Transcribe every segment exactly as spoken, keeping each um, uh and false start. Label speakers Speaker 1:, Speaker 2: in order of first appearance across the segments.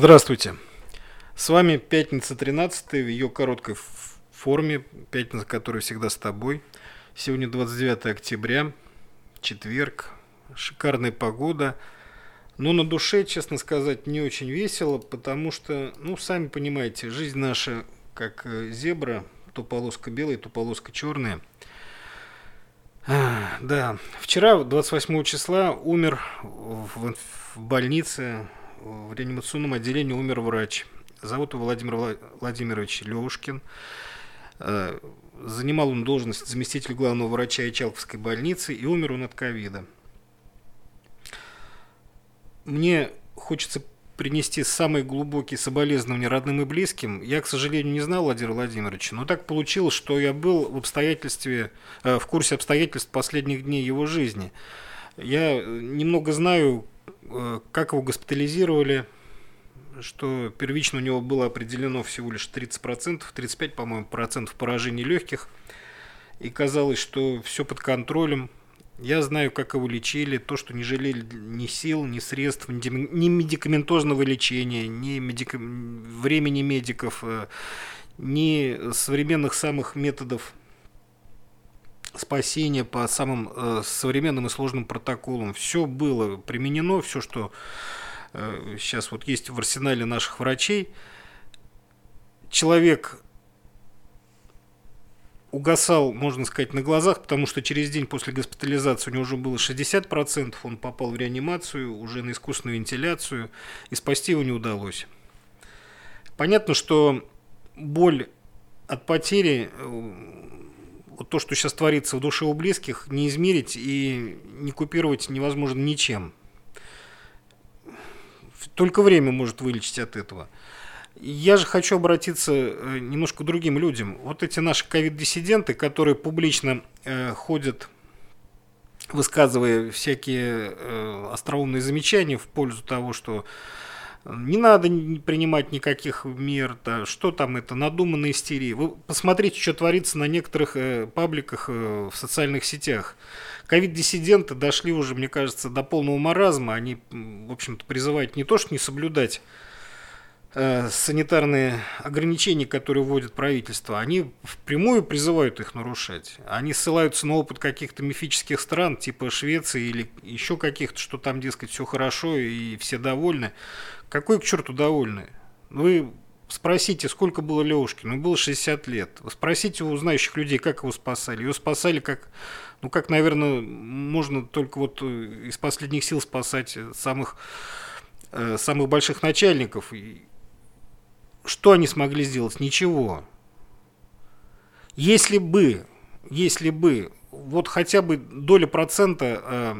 Speaker 1: Здравствуйте. С вами пятница тринадцатая в ее короткой ф- форме, пятница, которая всегда с тобой. Сегодня двадцать девятое октября, четверг, шикарная погода. Но на душе, честно сказать, не очень весело, потому что, ну, сами понимаете, жизнь наша как э, зебра, то полоска белая, то полоска черная. А, да, вчера, двадцать восьмого числа, умер в, в больнице, в реанимационном отделении умер врач. Зовут его Владимир Вла- Владимирович Левушкин. Э, Занимал он должность заместителя главного врача Ичалковской больницы, и умер он от ковида. Мне хочется принести самые глубокие соболезнования родным и близким. Я, к сожалению, не знал Владимира Владимировича, но так получилось, что я был в обстоятельстве, э, в курсе обстоятельств последних дней его жизни. Я немного знаю, э, как его госпитализировали, что первично у него было определено всего лишь тридцать процентов, тридцать пять, по-моему, процентов поражений легких, и казалось, что все под контролем. Я знаю, как его лечили, то, что не жалели ни сил, ни средств, ни дем- ни медикаментозного лечения, ни медика- времени медиков, э, ни современных самых методов спасения по самым э, современным и сложным протоколам. Все было применено, все, что э, сейчас вот есть в арсенале наших врачей. Человек угасал, можно сказать, на глазах, потому что через день после госпитализации у него уже было шестьдесят процентов, он попал в реанимацию, уже на искусственную вентиляцию, и спасти его не удалось. Понятно, что боль от потери, вот то, что сейчас творится в душе у близких, не измерить и не купировать невозможно ничем. Только время может вылечить от этого. Я же хочу обратиться немножко к другим людям. Вот эти наши ковид-диссиденты, которые публично э, ходят, высказывая всякие э, остроумные замечания в пользу того, что не надо принимать никаких мер, да, что там это, надуманная истерия. Вы посмотрите, что творится на некоторых э, пабликах э, в социальных сетях. Ковид-диссиденты дошли уже, мне кажется, до полного маразма. Они, в общем-то, призывают не то, что не соблюдать санитарные ограничения, которые вводит правительство, они впрямую призывают их нарушать. Они ссылаются на опыт каких-то мифических стран, типа Швеции или еще каких-то, что там, дескать, все хорошо и все довольны. Какой к черту довольны? Вы спросите, сколько было Левушкину? Ему было шестьдесят лет. Вы спросите у знающих людей, как его спасали. Его спасали как, ну как, наверное, можно только вот из последних сил спасать самых, самых больших начальников. Что они смогли сделать? Ничего. Если бы, если бы, вот хотя бы доля процента э,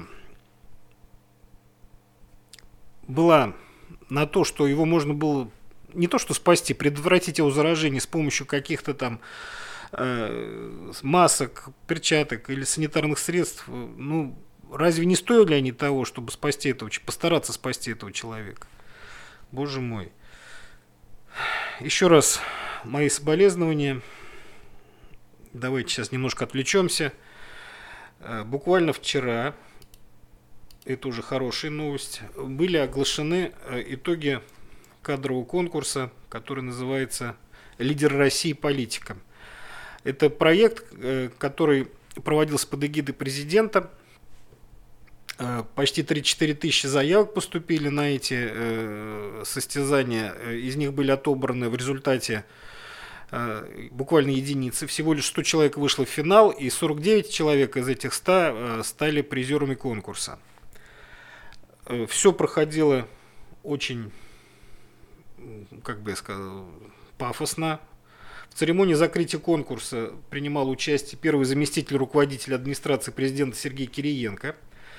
Speaker 1: была на то, что его можно было не то что спасти, предотвратить его заражение с помощью каких-то там э, масок, перчаток или санитарных средств, ну, разве не стоили они того, чтобы спасти этого, постараться спасти этого человека? Боже мой. Еще раз мои соболезнования. Давайте сейчас немножко отвлечемся. Буквально вчера, это уже хорошая новость, были оглашены итоги кадрового конкурса, который называется «Лидер России. Политика». Это проект, который проводился под эгидой президента. Почти тридцать-четыре тысячи заявок поступили на эти э, состязания. Из них были отобраны в результате э, буквально единицы. Всего лишь сто человек вышло в финал, и сорок девять человек из этих ста э, стали призерами конкурса. Э, все проходило очень, как бы я сказал, пафосно. В церемонии закрытия конкурса принимал участие первый заместитель руководителя администрации президента Сергей Кириенко.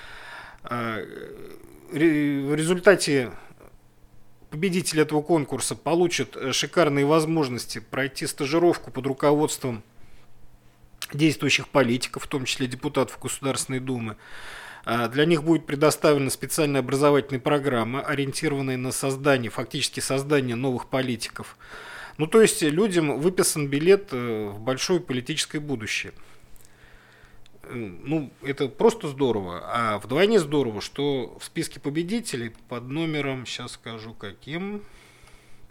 Speaker 1: В результате победитель этого конкурса получит шикарные возможности пройти стажировку под руководством действующих политиков, в том числе депутатов Государственной Думы. Для них будет предоставлена специальная образовательная программа, ориентированная на создание, фактически создание новых политиков. Ну, то есть людям выписан билет в большое политическое будущее. Ну, это просто здорово. А вдвойне здорово, что в списке победителей под номером, сейчас скажу каким,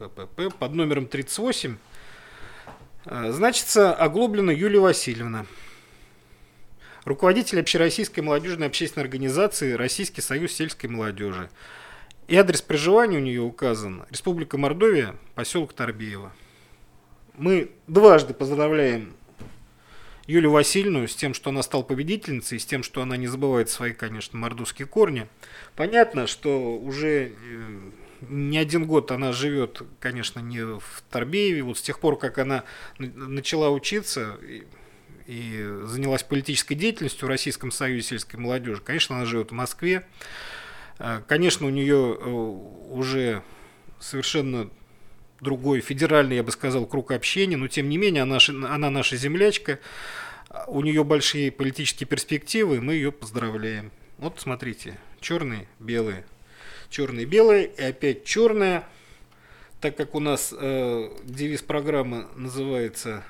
Speaker 1: ППП, под номером тридцать восемь, значится Оглоблина Юлия Васильевна, руководитель общероссийской молодежной общественной организации «Российский союз сельской молодежи». И адрес проживания у нее указан: Республика Мордовия, поселок Торбеево. Мы дважды поздравляем Юлию Васильевну с тем, что она стала победительницей, с тем, что она не забывает свои, конечно, мордовские корни. Понятно, что уже не один год она живет, конечно, не в Торбееве. Вот с тех пор, как она начала учиться и, и занялась политической деятельностью в Российском союзе сельской молодежи, конечно, она живет в Москве. Конечно, у нее уже совершенно другой федеральный, я бы сказал, круг общения, но тем не менее она, она наша землячка, у нее большие политические перспективы, мы ее поздравляем. Вот смотрите, черные, белые, черные, белые, и опять черная, так как у нас э, девиз программы называется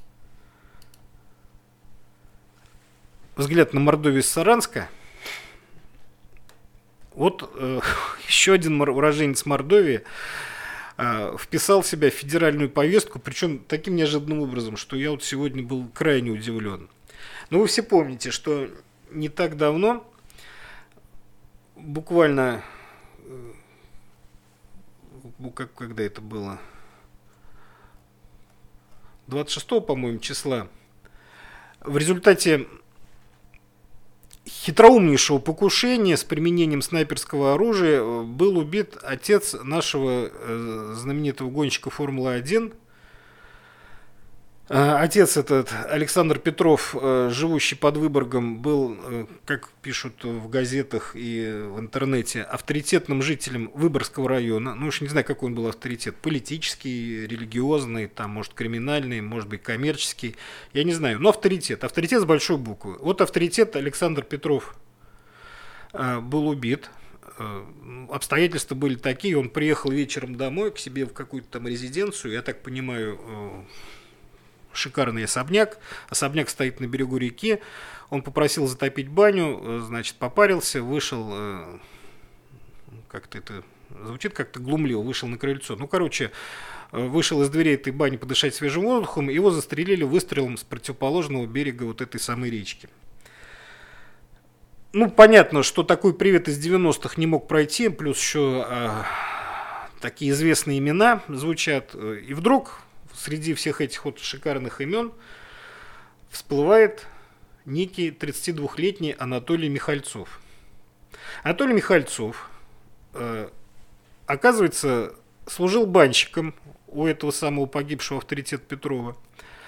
Speaker 1: «Взгляд на Мордовию с Саранска». Вот э, еще один уроженец Мордовии э, вписал себя в федеральную повестку, причем таким неожиданным образом, что я вот сегодня был крайне удивлен. Но вы все помните, что не так давно, буквально, э, как, когда это было, двадцать шестого, по-моему, числа, в результате хитроумнейшего покушения с применением снайперского оружия был убит отец нашего знаменитого гонщика Формулы один. Отец этот, Александр Петров, живущий под Выборгом, был, как пишут в газетах и в интернете, авторитетным жителем Выборгского района. Ну уж не знаю, какой он был авторитет. Политический, религиозный, там, может, криминальный, может быть, коммерческий. Я не знаю, но авторитет. Авторитет с большой буквы. Вот авторитет Александр Петров был убит. Обстоятельства были такие. Он приехал вечером домой к себе в какую-то там резиденцию. Я так понимаю, шикарный особняк. Особняк стоит на берегу реки. Он попросил затопить баню, значит, попарился, вышел, как-то это звучит как-то глумливо, вышел на крыльцо. Ну, короче, вышел из дверей этой бани подышать свежим воздухом, его застрелили выстрелом с противоположного берега вот этой самой речки. Ну, понятно, что такой привет из девяностых не мог пройти, плюс еще э, такие известные имена звучат. И вдруг среди всех этих вот шикарных имен всплывает некий тридцатидвухлетний Анатолий Михальцов. Анатолий Михальцов, э, оказывается, служил банщиком у этого самого погибшего авторитета Петрова.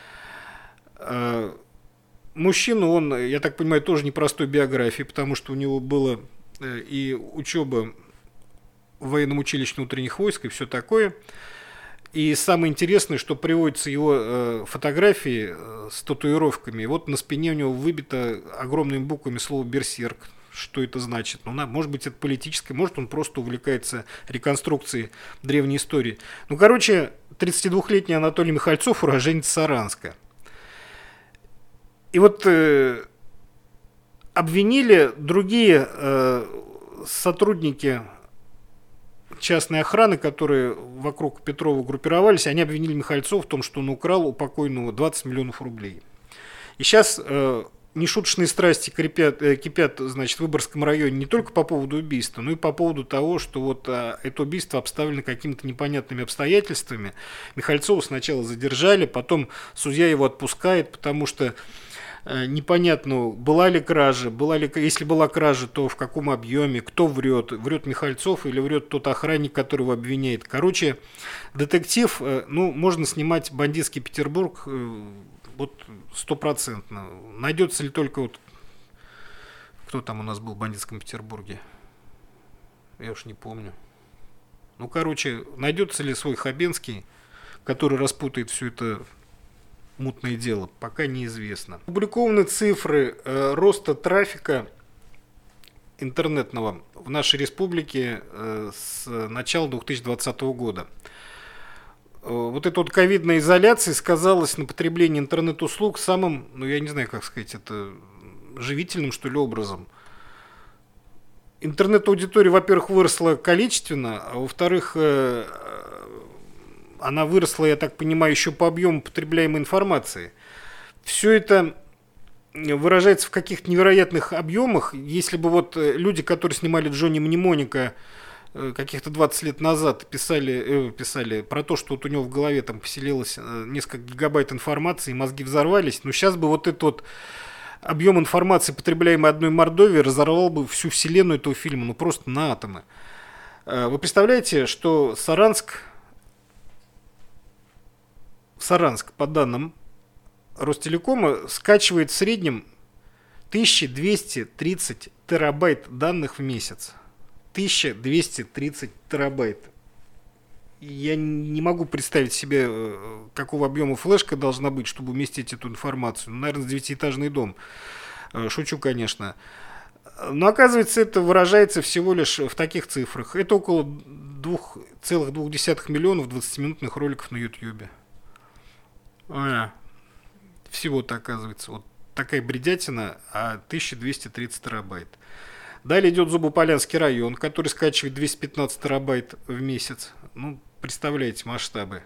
Speaker 1: Э, мужчина, он, я так понимаю, тоже непростой биографии, потому что у него была э, и учеба в военном училище внутренних войск и все такое. И самое интересное, что приводятся его э, фотографии э, с татуировками. Вот на спине у него выбито огромными буквами слово «берсерк». Что это значит? Ну, может быть, это политическое, может, он просто увлекается реконструкцией древней истории. Ну, короче, тридцатидвухлетний Анатолий Михальцов, уроженец Саранска. И вот э, обвинили другие э, сотрудники частной охраны, которые вокруг Петрова группировались, они обвинили Михальцова в том, что он украл у покойного двадцать миллионов рублей. И сейчас э, нешуточные страсти кипят, э, кипят, значит, в Выборгском районе не только по поводу убийства, но и по поводу того, что вот э, это убийство обставлено какими-то непонятными обстоятельствами. Михальцова сначала задержали, потом судья его отпускает, потому что непонятно, была ли кража, была ли, если была кража, то в каком объеме, кто врет, врет Михальцов или врет тот охранник, который его обвиняет. Короче, детектив, ну, можно снимать бандитский Петербург вот стопроцентно. Найдется ли только вот, кто там у нас был в бандитском Петербурге? Я уж не помню. Ну, короче, найдется ли свой Хабенский, который распутает все это мутное дело, пока неизвестно. Опубликованы цифры э, роста трафика интернетного в нашей республике э, с начала две тысячи двадцатого года. Э, вот эта вот ковидная изоляция сказалась на потреблении интернет-услуг самым, ну я не знаю, как сказать, это живительным, что ли, образом. Интернет-аудитория, во-первых, выросла количественно, а во-вторых, э, она выросла, я так понимаю, еще по объему потребляемой информации. Все это выражается в каких-то невероятных объемах. Если бы вот люди, которые снимали Джонни Мнемоника каких-то двадцать лет назад, писали, э, писали про то, что вот у него в голове там поселилось несколько гигабайт информации, и мозги взорвались, но сейчас бы вот этот вот объем информации, потребляемый одной Мордовией, разорвал бы всю вселенную этого фильма, ну просто на атомы. Вы представляете, что Саранск, Саранск, по данным Ростелекома, скачивает в среднем тысяча двести тридцать терабайт данных в месяц. тысяча двести тридцать терабайт. Я не могу представить себе, какого объема флешка должна быть, чтобы уместить эту информацию. Ну, наверное, девятиэтажный дом. Шучу, конечно. Но оказывается, это выражается всего лишь в таких цифрах. Это около два целых две десятых миллионов двадцатиминутных роликов на Ютьюбе. А, всего-то оказывается. Вот такая бредятина, а тысяча двести тридцать терабайт. Далее идет Зубополянский район, который скачивает двести пятнадцать терабайт в месяц. Ну, представляете масштабы.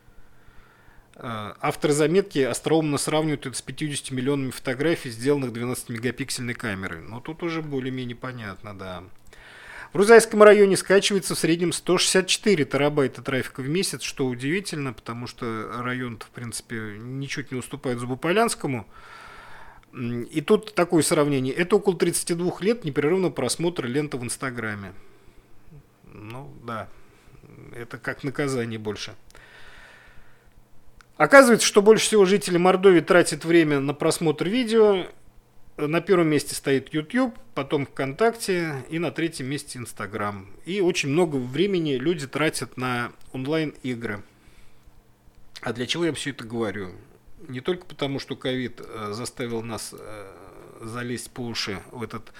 Speaker 1: Авторы заметки остроумно сравнивают это с пятьюдесятью миллионами фотографий, сделанных двенадцатимегапиксельной камерой. Но тут уже более-менее понятно, да. В Рузайском районе скачивается в среднем сто шестьдесят четыре терабайта трафика в месяц, что удивительно, потому что район, в принципе, ничуть не уступает Зубополянскому. И тут такое сравнение. Это около тридцати двух лет непрерывного просмотра ленты в Инстаграме. Ну, да. Это как наказание больше. Оказывается, что больше всего жители Мордовии тратят время на просмотр видео. На первом месте стоит YouTube, потом ВКонтакте и на третьем месте Инстаграм. И очень много времени люди тратят на онлайн-игры. А для чего я все это говорю? Не только потому, что ковид заставил нас залезть по уши в этот,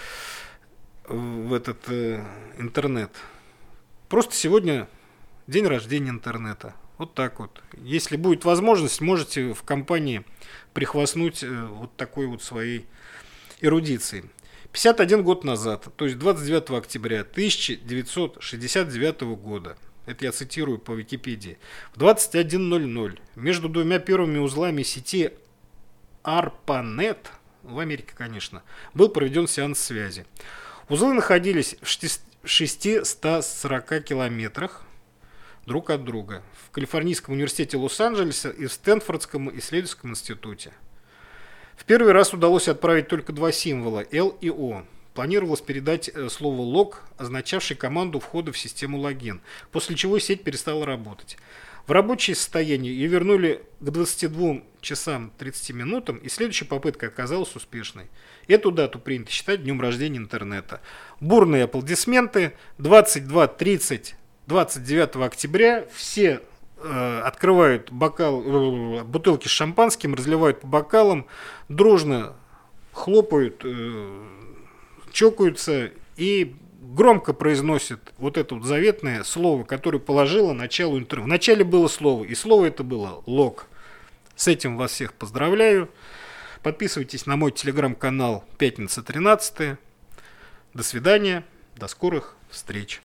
Speaker 1: в этот интернет. Просто сегодня день рождения интернета. Вот так вот. Если будет возможность, можете в компании прихвастнуть вот такой вот своей эрудицией. пятьдесят один год назад, то есть двадцать девятого октября тысяча девятьсот шестьдесят девятого года, это я цитирую по Википедии, в двадцать один ноль ноль между двумя первыми узлами сети ARPANET, в Америке, конечно, был проведен сеанс связи. Узлы находились в шестистах сорока километрах друг от друга в Калифорнийском университете Лос-Анджелеса и в Стэнфордском исследовательском институте. В первый раз удалось отправить только два символа L и O. Планировалось передать слово лог, означавшее команду входа в систему логин, после чего сеть перестала работать. В рабочее состояние ее вернули к двадцати двум часам тридцати минутам, и следующая попытка оказалась успешной. Эту дату принято считать днем рождения интернета. Бурные аплодисменты. двадцать два тридцать двадцать девятого октября все э, открывают бокал, э, бутылки с шампанским, разливают по бокалам, дружно хлопают, э, чокаются и громко произносят вот это вот заветное слово, которое положило начало интернета. Вначале было слово, и слово это было лог. С этим вас всех поздравляю. Подписывайтесь на мой телеграм-канал Пятница тринадцатое. До свидания, до скорых встреч.